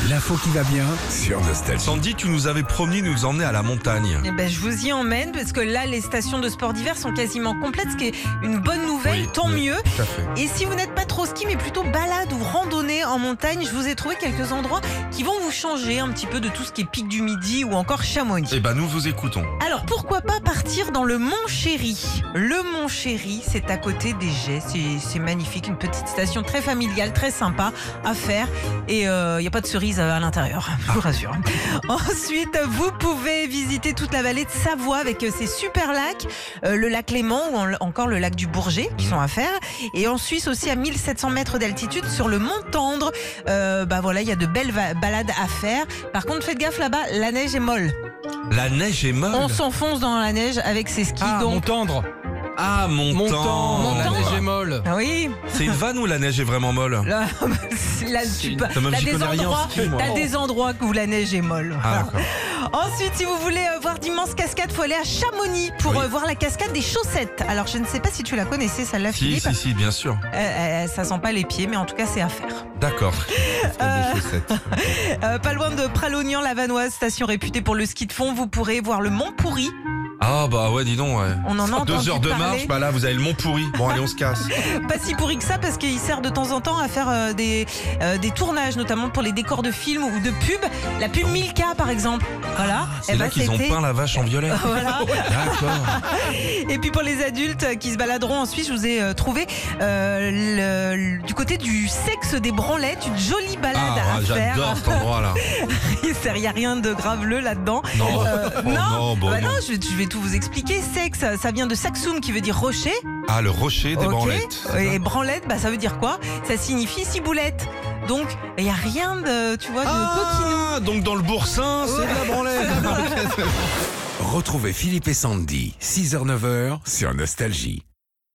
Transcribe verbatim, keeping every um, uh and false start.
L'info qui va bien sur Nostalgie. Sandy, tu nous avais promis de nous emmener à la montagne. Eh ben, je vous y emmène parce que là, les stations de sport d'hiver sont quasiment complètes, ce qui est une bonne nouvelle, Oui, tant oui, mieux. Tout à fait. Et si vous n'êtes pas trop ski, mais plutôt balade ou randonnée en montagne, je vous ai trouvé quelques endroits qui vont vous changer un petit peu de tout ce qui est Pic du Midi ou encore Chamonix. Eh ben, nous vous écoutons. Alors pourquoi pas partir dans le Mont Chéry. Le Mont Chéry, c'est à côté des Jets, c'est, c'est magnifique, une petite station très familiale, très sympa à faire et il euh, n'y a pas de cerises à l'intérieur, je vous rassure. Ensuite, vous pouvez visiter toute la vallée de Savoie avec ses super lacs, euh, le lac Léman ou en- encore le lac du Bourget qui sont à faire. Et en Suisse aussi à mille sept cents mètres d'altitude sur le Mont Tendre, euh, bah voilà, il y a de belles va- balades à faire. Par contre, faites gaffe là-bas, la neige est molle. La neige est molle. On s'enfonce dans la neige avec ses skis. Ah, donc Montendre. Ah, mon Montant. temps. La Montant. neige est molle. Ah oui, C'est une vanne ou la neige est vraiment molle? là, là, tu peux- Ça, même, t'as j'y des connais rien en endroits, ski, moi. t'as des endroits où la neige est molle. Ah, Voilà. d'accord. Ensuite, si vous voulez euh, voir d'immenses cascades, faut aller à Chamonix pour Oui. euh, voir la cascade des chaussettes. Alors, je ne sais pas si tu la connaissais, celle-là, Si, Philippe. si, si, bien sûr. Euh, euh, ça sent pas les pieds, mais en tout cas, c'est à faire. D'accord. Euh, Des chaussettes. Euh, pas loin de Pralognan-la-Vanoise, station réputée pour le ski de fond, vous pourrez voir le Mont Pourri. Ah, bah ouais, dis donc, ouais. On en a entendu Deux heures de parler. marche, bah là, vous avez le mont pourri. Bon, allez, on se casse. Pas si pourri que ça parce qu'il sert de temps en temps à faire euh, des, euh, des tournages, notamment pour les décors de films ou de pubs. La pub Milka par exemple. Voilà. C'est Eh là ben, qu'ils ont c'était- peint la vache en violet. Voilà. D'accord. Et puis pour les adultes qui se baladeront en Suisse, je vous ai euh, trouvé euh, le- le- du côté du sexe des branlettes, une jolie balade Ah, à faire. j'adore cet endroit-là. Il n'y a rien de graveleux là-dedans. Non. Euh, Oh, non, bon, Bah non. non, je vais, je vais tout vous expliquer. Sexe, ça vient de Saxum qui veut dire rocher. Ah, le rocher des Ok. branlettes. c'est Et ça branlette, bah, ça veut dire quoi? Ça signifie ciboulette. Donc, il n'y a rien de, tu vois, de coquinou. Ah, donc dans le boursin, c'est de la branlette. Retrouvez Philippe et Sandy, six heures neuf heures sur Nostalgie.